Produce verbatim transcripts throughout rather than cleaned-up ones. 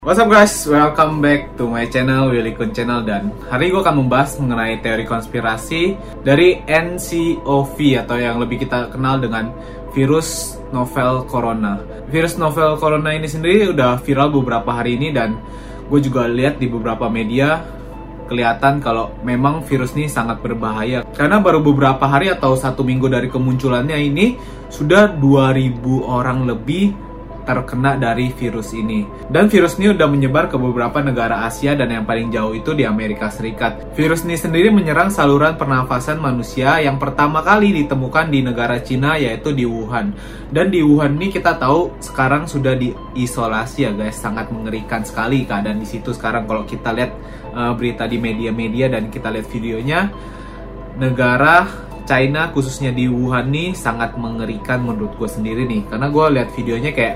What's up guys, welcome back to my channel, Willy Kun Channel. Dan hari ini gue akan membahas mengenai teori konspirasi dari N C O V atau yang lebih kita kenal dengan virus novel corona. Virus novel corona ini sendiri udah viral beberapa hari ini, dan gue juga lihat di beberapa media kelihatan kalau memang virus ini sangat berbahaya. Karena baru beberapa hari atau satu minggu dari kemunculannya ini sudah dua ribu orang lebih terkena dari virus ini. Dan virus ini udah menyebar ke beberapa negara Asia, dan yang paling jauh itu di Amerika Serikat. Virus ini sendiri menyerang saluran pernafasan manusia yang pertama kali ditemukan di negara Cina, yaitu di Wuhan. Dan di Wuhan ini kita tahu sekarang sudah diisolasi ya guys. Sangat mengerikan sekali keadaan di situ sekarang. Kalau kita lihat uh, berita di media-media dan kita lihat videonya, negara China khususnya di Wuhan nih sangat mengerikan menurut gue sendiri nih. Karena gue lihat videonya kayak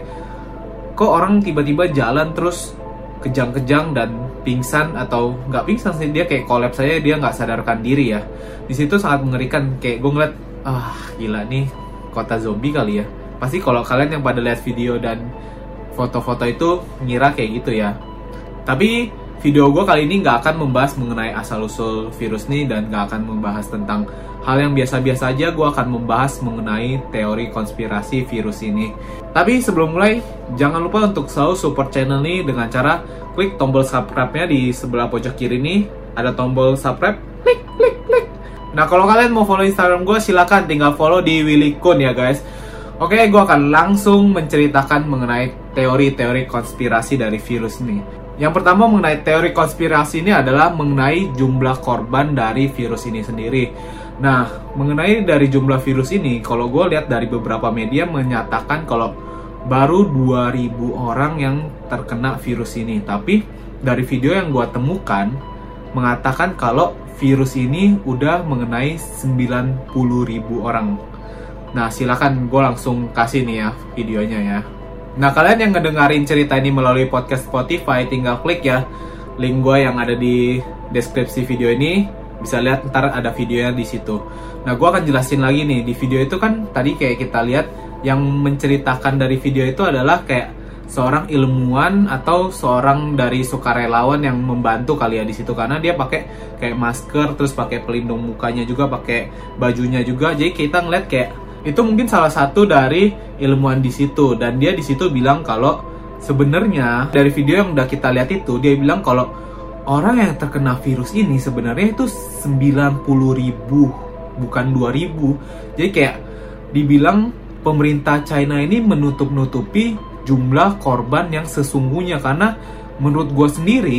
kok orang tiba-tiba jalan terus kejang-kejang dan pingsan, atau nggak pingsan sih, dia kayak kolaps saja, dia nggak sadarkan diri ya. Di situ sangat mengerikan. Kayak gue ngeliat, ah gila nih kota zombie kali ya. Pasti kalau kalian yang pada lihat video dan foto-foto itu ngira kayak gitu ya. Tapi video gue kali ini nggak akan membahas mengenai asal-usul virus nih, dan nggak akan membahas tentang hal yang biasa-biasa aja. Gue akan membahas mengenai teori konspirasi virus ini. Tapi sebelum mulai, jangan lupa untuk selalu support channel ini dengan cara klik tombol subscribe-nya di sebelah pojok kiri nih. Ada tombol subscribe, klik, klik, klik. Nah, kalau kalian mau follow Instagram gue, silakan tinggal follow di Willy Kun ya guys. Oke, gue akan langsung menceritakan mengenai teori-teori konspirasi dari virus ini. Yang pertama mengenai teori konspirasi ini adalah mengenai jumlah korban dari virus ini sendiri. Nah, mengenai dari jumlah virus ini, kalau gue lihat dari beberapa media menyatakan kalau baru dua ribu orang yang terkena virus ini. Tapi dari video yang gue temukan mengatakan kalau virus ini udah mengenai sembilan puluh ribu orang. Nah, silakan gue langsung kasih nih ya videonya ya. Nah, kalian yang ngedengerin cerita ini melalui podcast Spotify, tinggal klik ya link gue yang ada di deskripsi video ini. Bisa lihat ntar ada videonya di situ. Nah, gue akan jelasin lagi nih. Di video itu kan tadi kayak kita lihat yang menceritakan dari video itu adalah kayak seorang ilmuwan atau seorang dari sukarelawan yang membantu kali ya di situ, karena dia pakai kayak masker, terus pakai pelindung mukanya juga, pakai bajunya juga. Jadi kita ngeliat kayak itu mungkin salah satu dari ilmuwan di situ, dan dia di situ bilang kalau sebenarnya dari video yang udah kita lihat itu dia bilang kalau orang yang terkena virus ini sebenarnya itu sembilan puluh ribu, bukan dua ribu. Jadi kayak dibilang pemerintah China ini menutup-nutupi jumlah korban yang sesungguhnya. Karena menurut gue sendiri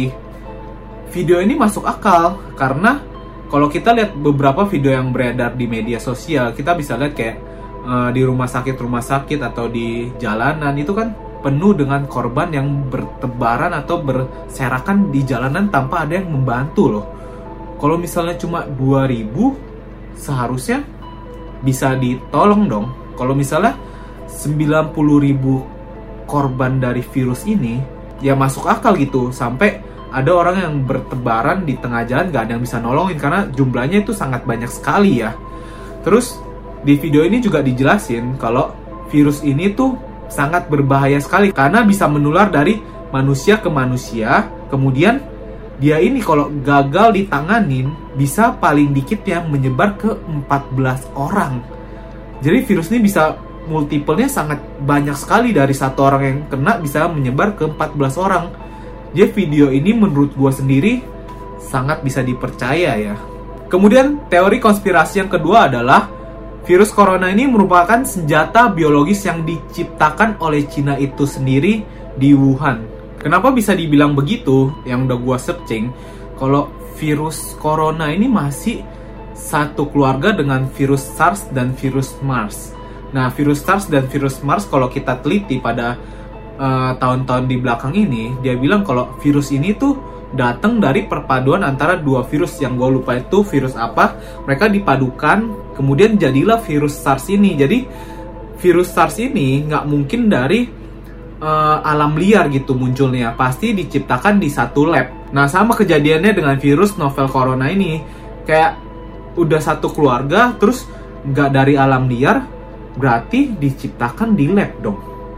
video ini masuk akal, karena kalau kita lihat beberapa video yang beredar di media sosial, kita bisa lihat kayak uh, di rumah sakit-rumah sakit atau di jalanan itu kan penuh dengan korban yang bertebaran atau berserakan di jalanan tanpa ada yang membantu loh. Kalau misalnya cuma dua ribu, seharusnya bisa ditolong dong. Kalau misalnya sembilan puluh ribu korban dari virus ini, ya masuk akal gitu. Sampai ada orang yang bertebaran di tengah jalan, gak ada yang bisa nolongin karena jumlahnya itu sangat banyak sekali ya. Terus di video ini juga dijelasin kalau virus ini tuh sangat berbahaya sekali karena bisa menular dari manusia ke manusia. Kemudian dia ini kalau gagal ditanganin bisa paling dikit yang menyebar ke empat belas orang. Jadi virus ini bisa multiplenya sangat banyak sekali, dari satu orang yang kena bisa menyebar ke empat belas orang. Jadi video ini menurut gue sendiri sangat bisa dipercaya ya. Kemudian teori konspirasi yang kedua adalah virus corona ini merupakan senjata biologis yang diciptakan oleh Cina itu sendiri di Wuhan. Kenapa bisa dibilang begitu? Yang udah gua searching, kalau virus corona ini masih satu keluarga dengan virus SARS dan virus MERS. Nah, virus SARS dan virus MERS kalau kita teliti pada uh, tahun-tahun di belakang ini, dia bilang kalau virus ini tuh datang dari perpaduan antara dua virus yang gue lupa itu virus apa. Mereka dipadukan, kemudian jadilah virus SARS ini. Jadi virus SARS ini nggak mungkin dari uh, alam liar gitu munculnya, pasti diciptakan di satu lab. Nah, sama kejadiannya dengan virus novel corona ini, kayak udah satu keluarga terus nggak dari alam liar, berarti diciptakan di lab dong.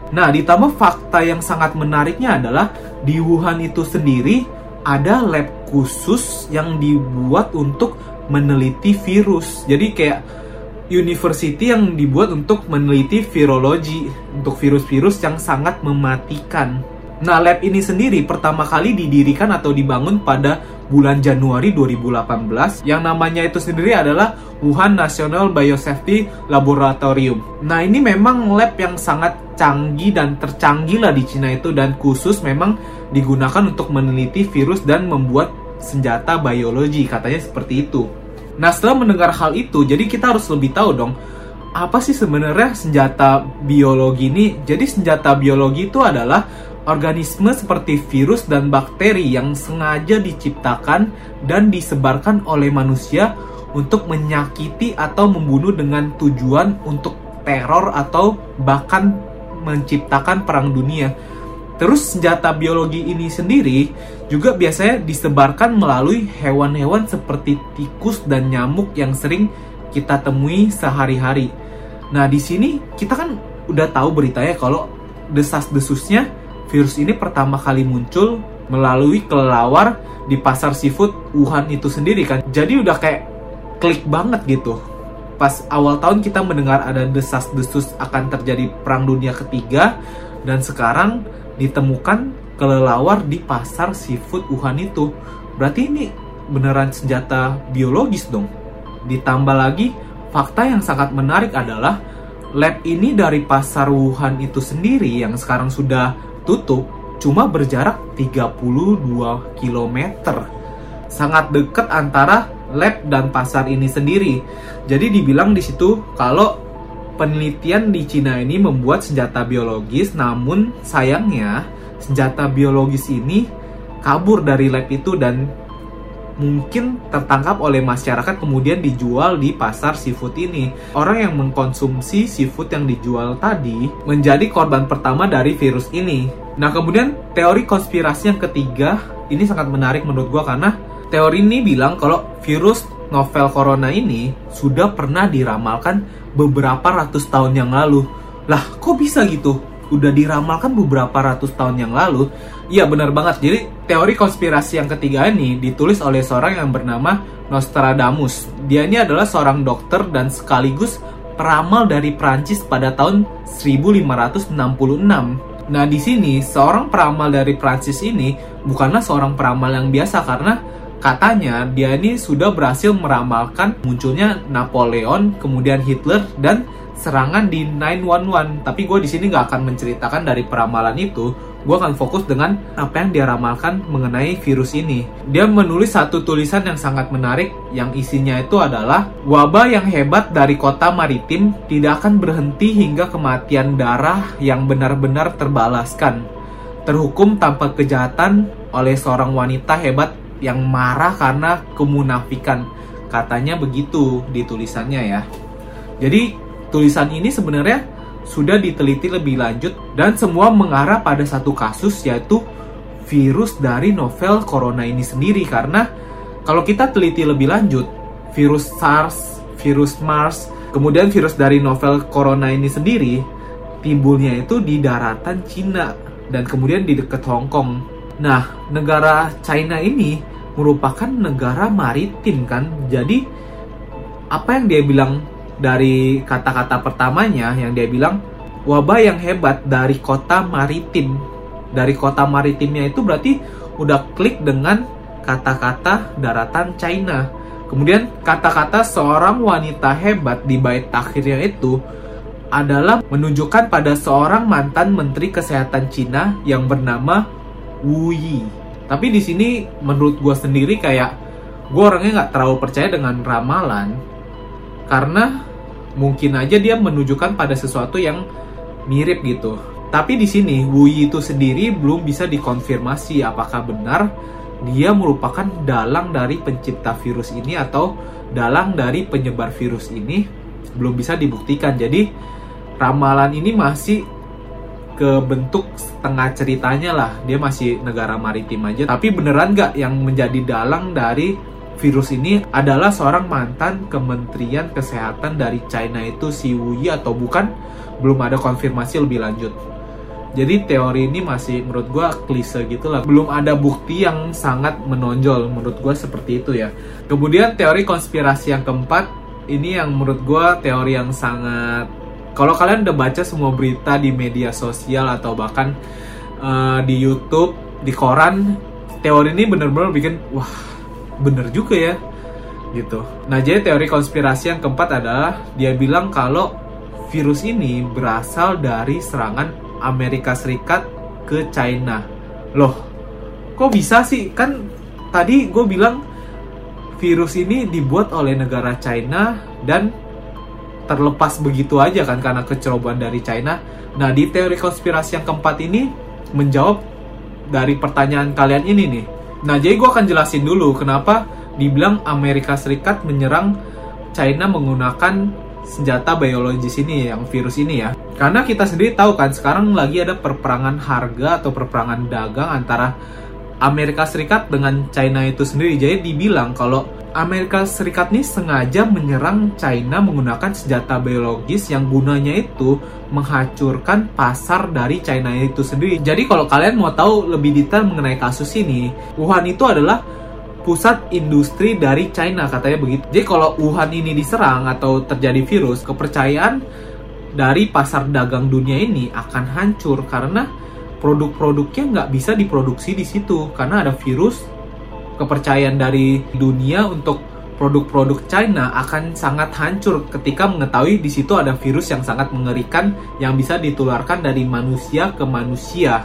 Nah, ditambah fakta yang sangat menariknya adalah di Wuhan itu sendiri ada lab khusus yang dibuat untuk meneliti virus. Jadi kayak university yang dibuat untuk meneliti virologi, untuk virus-virus yang sangat mematikan. Nah, lab ini sendiri pertama kali didirikan atau dibangun pada bulan Januari dua ribu delapan belas, yang namanya itu sendiri adalah Wuhan National Biosafety Laboratorium. Nah, ini memang lab yang sangat canggih dan tercanggih lah di Cina itu, dan khusus memang digunakan untuk meneliti virus dan membuat senjata biologi, katanya seperti itu. Nah, setelah mendengar hal itu, jadi kita harus lebih tahu dong, apa sih sebenarnya senjata biologi ini? Jadi senjata biologi itu adalah organisme seperti virus dan bakteri yang sengaja diciptakan dan disebarkan oleh manusia untuk menyakiti atau membunuh dengan tujuan untuk teror atau bahkan menciptakan perang dunia. Terus senjata biologi ini sendiri juga biasanya disebarkan melalui hewan-hewan seperti tikus dan nyamuk yang sering kita temui sehari-hari. Nah, di sini kita kan udah tahu beritanya kalau desas-desusnya virus ini pertama kali muncul melalui kelelawar di pasar seafood Wuhan itu sendiri kan. Jadi udah kayak klik banget gitu. Pas awal tahun kita mendengar ada desas-desus akan terjadi perang dunia ketiga, dan sekarang ditemukan kelelawar di pasar seafood Wuhan itu. Berarti ini beneran senjata biologis dong. Ditambah lagi, fakta yang sangat menarik adalah lab ini dari pasar Wuhan itu sendiri yang sekarang sudah tutup cuma berjarak tiga puluh dua kilometer. Sangat dekat antara lab dan pasar ini sendiri. Jadi dibilang di situ kalau penelitian di Cina ini membuat senjata biologis, namun sayangnya senjata biologis ini kabur dari lab itu dan mungkin tertangkap oleh masyarakat kemudian dijual di pasar seafood ini. Orang yang mengkonsumsi seafood yang dijual tadi menjadi korban pertama dari virus ini. Nah, kemudian teori konspirasi yang ketiga ini sangat menarik menurut gua, karena teori ini bilang kalau virus novel corona ini sudah pernah diramalkan beberapa ratus tahun yang lalu. Lah, kok bisa gitu? Udah diramalkan beberapa ratus tahun yang lalu? Iya, benar banget. Jadi teori konspirasi yang ketiga ini ditulis oleh seorang yang bernama Nostradamus. Dia ini adalah seorang dokter dan sekaligus peramal dari Prancis pada tahun seribu lima ratus enam puluh enam. Nah, di sini seorang peramal dari Prancis ini bukanlah seorang peramal yang biasa, karena katanya dia ini sudah berhasil meramalkan munculnya Napoleon, kemudian Hitler, dan serangan di nine one one. Tapi gue di sini nggak akan menceritakan dari peramalan itu. Gue akan fokus dengan apa yang dia ramalkan mengenai virus ini. Dia menulis satu tulisan yang sangat menarik, yang isinya itu adalah wabah yang hebat dari kota maritim tidak akan berhenti hingga kematian darah yang benar-benar terbalaskan. Terhukum tanpa kejahatan oleh seorang wanita hebat yang marah karena kemunafikan. Katanya begitu di tulisannya ya. Jadi tulisan ini sebenarnya sudah diteliti lebih lanjut dan semua mengarah pada satu kasus, yaitu virus dari novel corona ini sendiri. Karena kalau kita teliti lebih lanjut, virus SARS, virus MERS, kemudian virus dari novel corona ini sendiri timbulnya itu di daratan Cina dan kemudian di dekat Hong Kong. Nah, negara China ini merupakan negara maritim kan. Jadi apa yang dia bilang dari kata-kata pertamanya, yang dia bilang wabah yang hebat dari kota maritim. Dari kota maritimnya itu berarti udah klik dengan kata-kata daratan China. Kemudian kata-kata seorang wanita hebat di bait akhirnya itu adalah menunjukkan pada seorang mantan menteri kesehatan Cina yang bernama Wu Yi. Tapi di sini menurut gue sendiri kayak gue orangnya nggak terlalu percaya dengan ramalan, karena mungkin aja dia menunjukkan pada sesuatu yang mirip gitu. Tapi di sini Wu Yi itu sendiri belum bisa dikonfirmasi apakah benar dia merupakan dalang dari pencipta virus ini atau dalang dari penyebar virus ini, belum bisa dibuktikan. Jadi ramalan ini masih ke bentuk setengah ceritanya lah, dia masih negara maritim aja. Tapi beneran nggak yang menjadi dalang dari virus ini adalah seorang mantan Kementerian Kesehatan dari China itu si Wu Yi atau bukan, belum ada konfirmasi lebih lanjut. Jadi teori ini masih menurut gue klise gitu lah. Belum ada bukti yang sangat menonjol menurut gue seperti itu ya. Kemudian teori konspirasi yang keempat, ini yang menurut gue teori yang sangat, kalau kalian udah baca semua berita di media sosial atau bahkan uh, di YouTube, di koran, teori ini bener-bener bikin wah bener juga ya gitu. Nah, jadi teori konspirasi yang keempat adalah dia bilang kalau virus ini berasal dari serangan Amerika Serikat ke China. Loh, kok bisa sih? Kan tadi gue bilang virus ini dibuat oleh negara China dan terlepas begitu aja kan karena kecerobohan dari China. Nah, di teori konspirasi yang keempat ini menjawab dari pertanyaan kalian ini nih. Nah, jadi gue akan jelasin dulu kenapa dibilang Amerika Serikat menyerang China menggunakan senjata biologis ini, yang virus ini ya. Karena kita sendiri tahu kan sekarang lagi ada perperangan harga atau perperangan dagang antara Amerika Serikat dengan China itu sendiri. Jadi dibilang kalau Amerika Serikat ini sengaja menyerang China menggunakan senjata biologis yang gunanya itu menghancurkan pasar dari China itu sendiri. Jadi kalau kalian mau tahu lebih detail mengenai kasus ini, Wuhan itu adalah pusat industri dari China katanya begitu. Jadi kalau Wuhan ini diserang atau terjadi virus, kepercayaan dari pasar dagang dunia ini akan hancur karena produk-produknya nggak bisa diproduksi di situ karena ada virus. Kepercayaan dari dunia untuk produk-produk China akan sangat hancur ketika mengetahui di situ ada virus yang sangat mengerikan yang bisa ditularkan dari manusia ke manusia.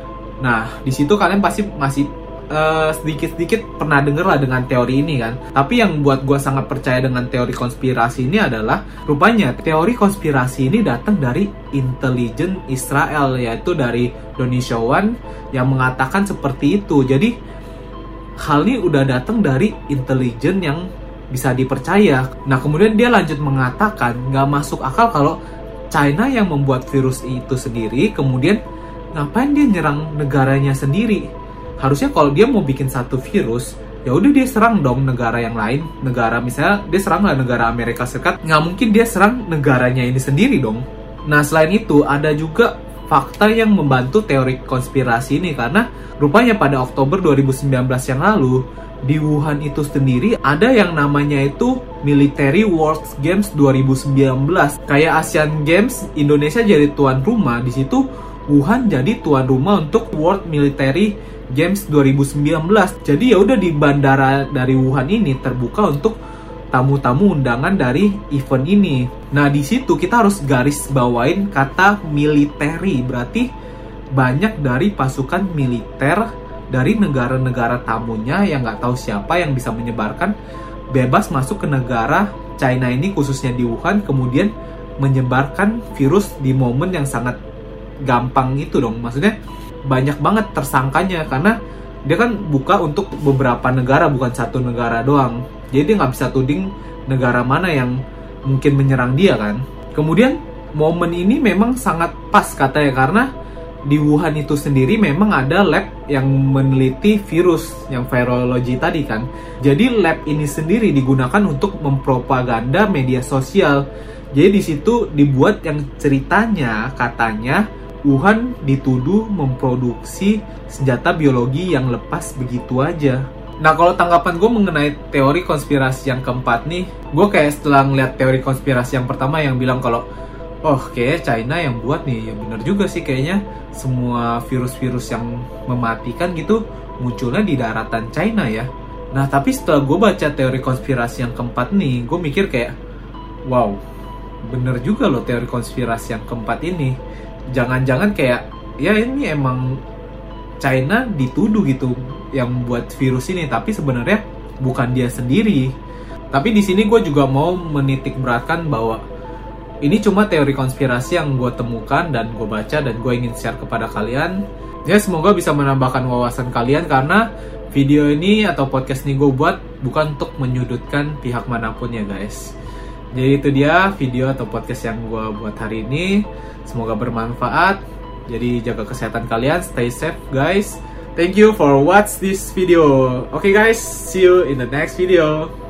Nah, di situ kalian pasti masih Uh, sedikit-sedikit pernah denger lah dengan teori ini kan. Tapi yang buat gue sangat percaya dengan teori konspirasi ini adalah rupanya teori konspirasi ini datang dari intelijen Israel, yaitu dari Indonesia One yang mengatakan seperti itu. Jadi hal ini udah datang dari intelijen yang bisa dipercaya. Nah, kemudian dia lanjut mengatakan gak masuk akal kalau China yang membuat virus itu sendiri, kemudian ngapain dia nyerang negaranya sendiri? Harusnya kalau dia mau bikin satu virus, ya udah dia serang dong negara yang lain. Negara misalnya dia serang lah negara Amerika Serikat, nggak mungkin dia serang negaranya ini sendiri dong. Nah, selain itu ada juga fakta yang membantu teori konspirasi ini karena rupanya pada Oktober dua ribu sembilan belas yang lalu di Wuhan itu sendiri ada yang namanya itu Military World Games dua ribu sembilan belas. Kayak Asian Games, Indonesia jadi tuan rumah, di situ Wuhan jadi tuan rumah untuk World Military Games dua ribu sembilan belas. Jadi ya udah di bandara dari Wuhan ini terbuka untuk tamu-tamu undangan dari event ini. Nah, di situ kita harus garis bawain kata military. Berarti banyak dari pasukan militer dari negara-negara tamunya yang nggak tahu siapa yang bisa menyebarkan bebas masuk ke negara China ini, khususnya di Wuhan, kemudian menyebarkan virus di momen yang sangat gampang itu dong. Maksudnya banyak banget tersangkanya karena dia kan buka untuk beberapa negara, bukan satu negara doang. Jadi dia nggak bisa tuding negara mana yang mungkin menyerang dia kan. Kemudian momen ini memang sangat pas katanya karena di Wuhan itu sendiri memang ada lab yang meneliti virus yang virologi tadi kan. Jadi lab ini sendiri digunakan untuk mempropaganda media sosial. Jadi di situ dibuat yang ceritanya katanya Wuhan dituduh memproduksi senjata biologi yang lepas begitu aja. Nah, kalau tanggapan gue mengenai teori konspirasi yang keempat nih, gue kayak setelah ngeliat teori konspirasi yang pertama yang bilang kalau oh kayak China yang buat nih, ya bener juga sih kayaknya semua virus-virus yang mematikan gitu munculnya di daratan China ya. Nah, tapi setelah gue baca teori konspirasi yang keempat nih, gue mikir kayak wow, bener juga loh teori konspirasi yang keempat ini. Jangan-jangan kayak ya ini emang China dituduh gitu yang buat virus ini, tapi sebenarnya bukan dia sendiri. Tapi di sini gue juga mau menitik beratkan bahwa ini cuma teori konspirasi yang gue temukan dan gue baca dan gue ingin share kepada kalian. Ya, semoga bisa menambahkan wawasan kalian karena video ini atau podcast ini gue buat bukan untuk menyudutkan pihak manapun ya guys. Jadi itu dia video atau podcast yang gue buat hari ini. Semoga bermanfaat. Jadi jaga kesehatan kalian, stay safe guys. Thank you for watch this video. Okay guys, see you in the next video.